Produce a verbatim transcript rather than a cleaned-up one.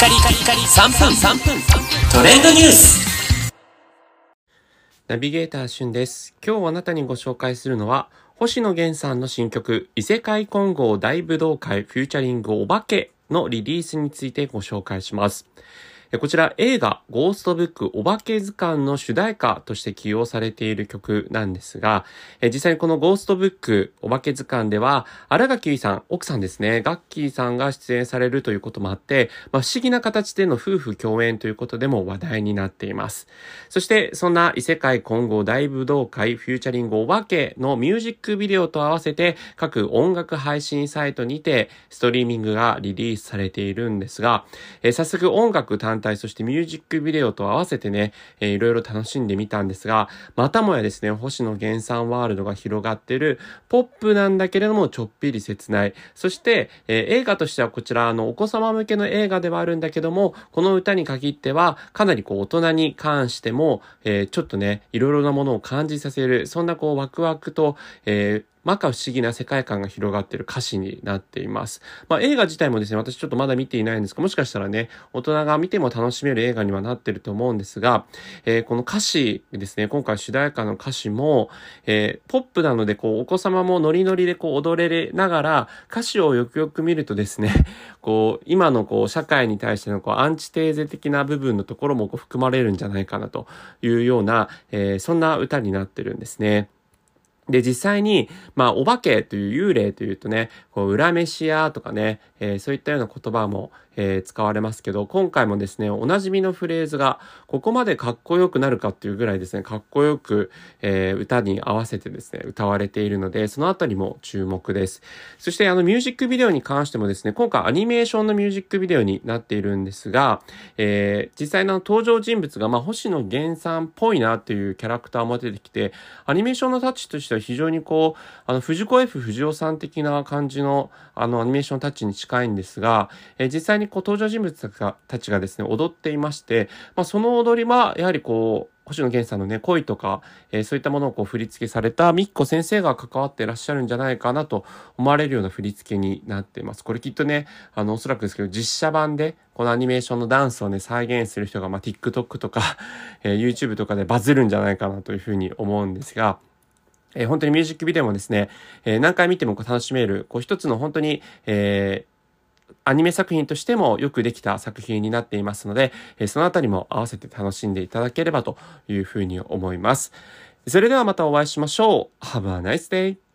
カリカリカリさんぷんさんぷんトレンドニュース。 ナビゲーターしゅんです。今日あなたにご紹介するのは星野源さんの新曲異世界混合大武道会フューチャリングお化けのリリースについてご紹介します。こちら映画ゴーストブックお化け図鑑の主題歌として起用されている曲なんですが、実際にこのゴーストブックお化け図鑑では新垣結衣さん、奥さんですね、ガッキーさんが出演されるということもあって、まあ、不思議な形での夫婦共演ということでも話題になっています。そしてそんな異世界混合大武道会フューチャリングお化けのミュージックビデオと合わせて各音楽配信サイトにてストリーミングがリリースされているんですが、えー、早速音楽単体そしてミュージックビデオと合わせてね、えー、いろいろ楽しんでみたんですが、またもやですね、星野源さんワールドが広がっているポップなんだけれどもちょっぴり切ない。そして、えー、映画としてはこちらあのお子様向けの映画ではあるんだけども、この歌に限ってはかなりこう大人に関しても、えー、ちょっとね、いろいろなものを感じさせる、そんなこうワクワクと、えー摩訶不思議な世界観が広がっている歌詞になっています。まあ映画自体もですね、私ちょっとまだ見ていないんですが、もしかしたらね、大人が見ても楽しめる映画にはなっていると思うんですが、えー、この歌詞ですね、今回主題歌の歌詞も、えー、ポップなのでこうお子様もノリノリでこう踊れながら、歌詞をよくよく見るとですね、こう今のこう社会に対してのこうアンチテーゼ的な部分のところもこう含まれるんじゃないかなというような、えー、そんな歌になってるんですね。で、実際に、まあ、お化けという幽霊というとね、こう、裏飯屋とかね、えー、そういったような言葉も、えー、使われますけど、今回もですね、おなじみのフレーズが、ここまでかっこよくなるかっていうぐらいですね、かっこよく、えー、歌に合わせてですね、歌われているので、そのあたりも注目です。そして、あの、ミュージックビデオに関してもですね、今回アニメーションのミュージックビデオになっているんですが、えー、実際の登場人物が、まあ、星野源さんっぽいなっていうキャラクターも出てきて、アニメーションのタッチとしては非常にこう、あの、藤子 F 不二雄さん的な感じの、あの、アニメーションタッチに近いんですが、えー、実際にこう、登場人物たちがですね、踊っていまして、まあ、その踊りは、やはりこう、星野源さんのね、恋とか、えー、そういったものをこう振り付けされたみっこ先生が関わっていらっしゃるんじゃないかなと思われるような振り付けになっています。これきっとね、あの、おそらくですけど、実写版で、このアニメーションのダンスをね、再現する人が、まあ、TikTok とか、えー、YouTube とかでバズるんじゃないかなというふうに思うんですが、えー、本当にミュージックビデオもですね、えー、何回見てもこう楽しめる、こう一つの本当に、えーアニメ作品としてもよくできた作品になっていますので、そのあたりも合わせて楽しんでいただければというふうに思います。それではまたお会いしましょう。Have a nice day!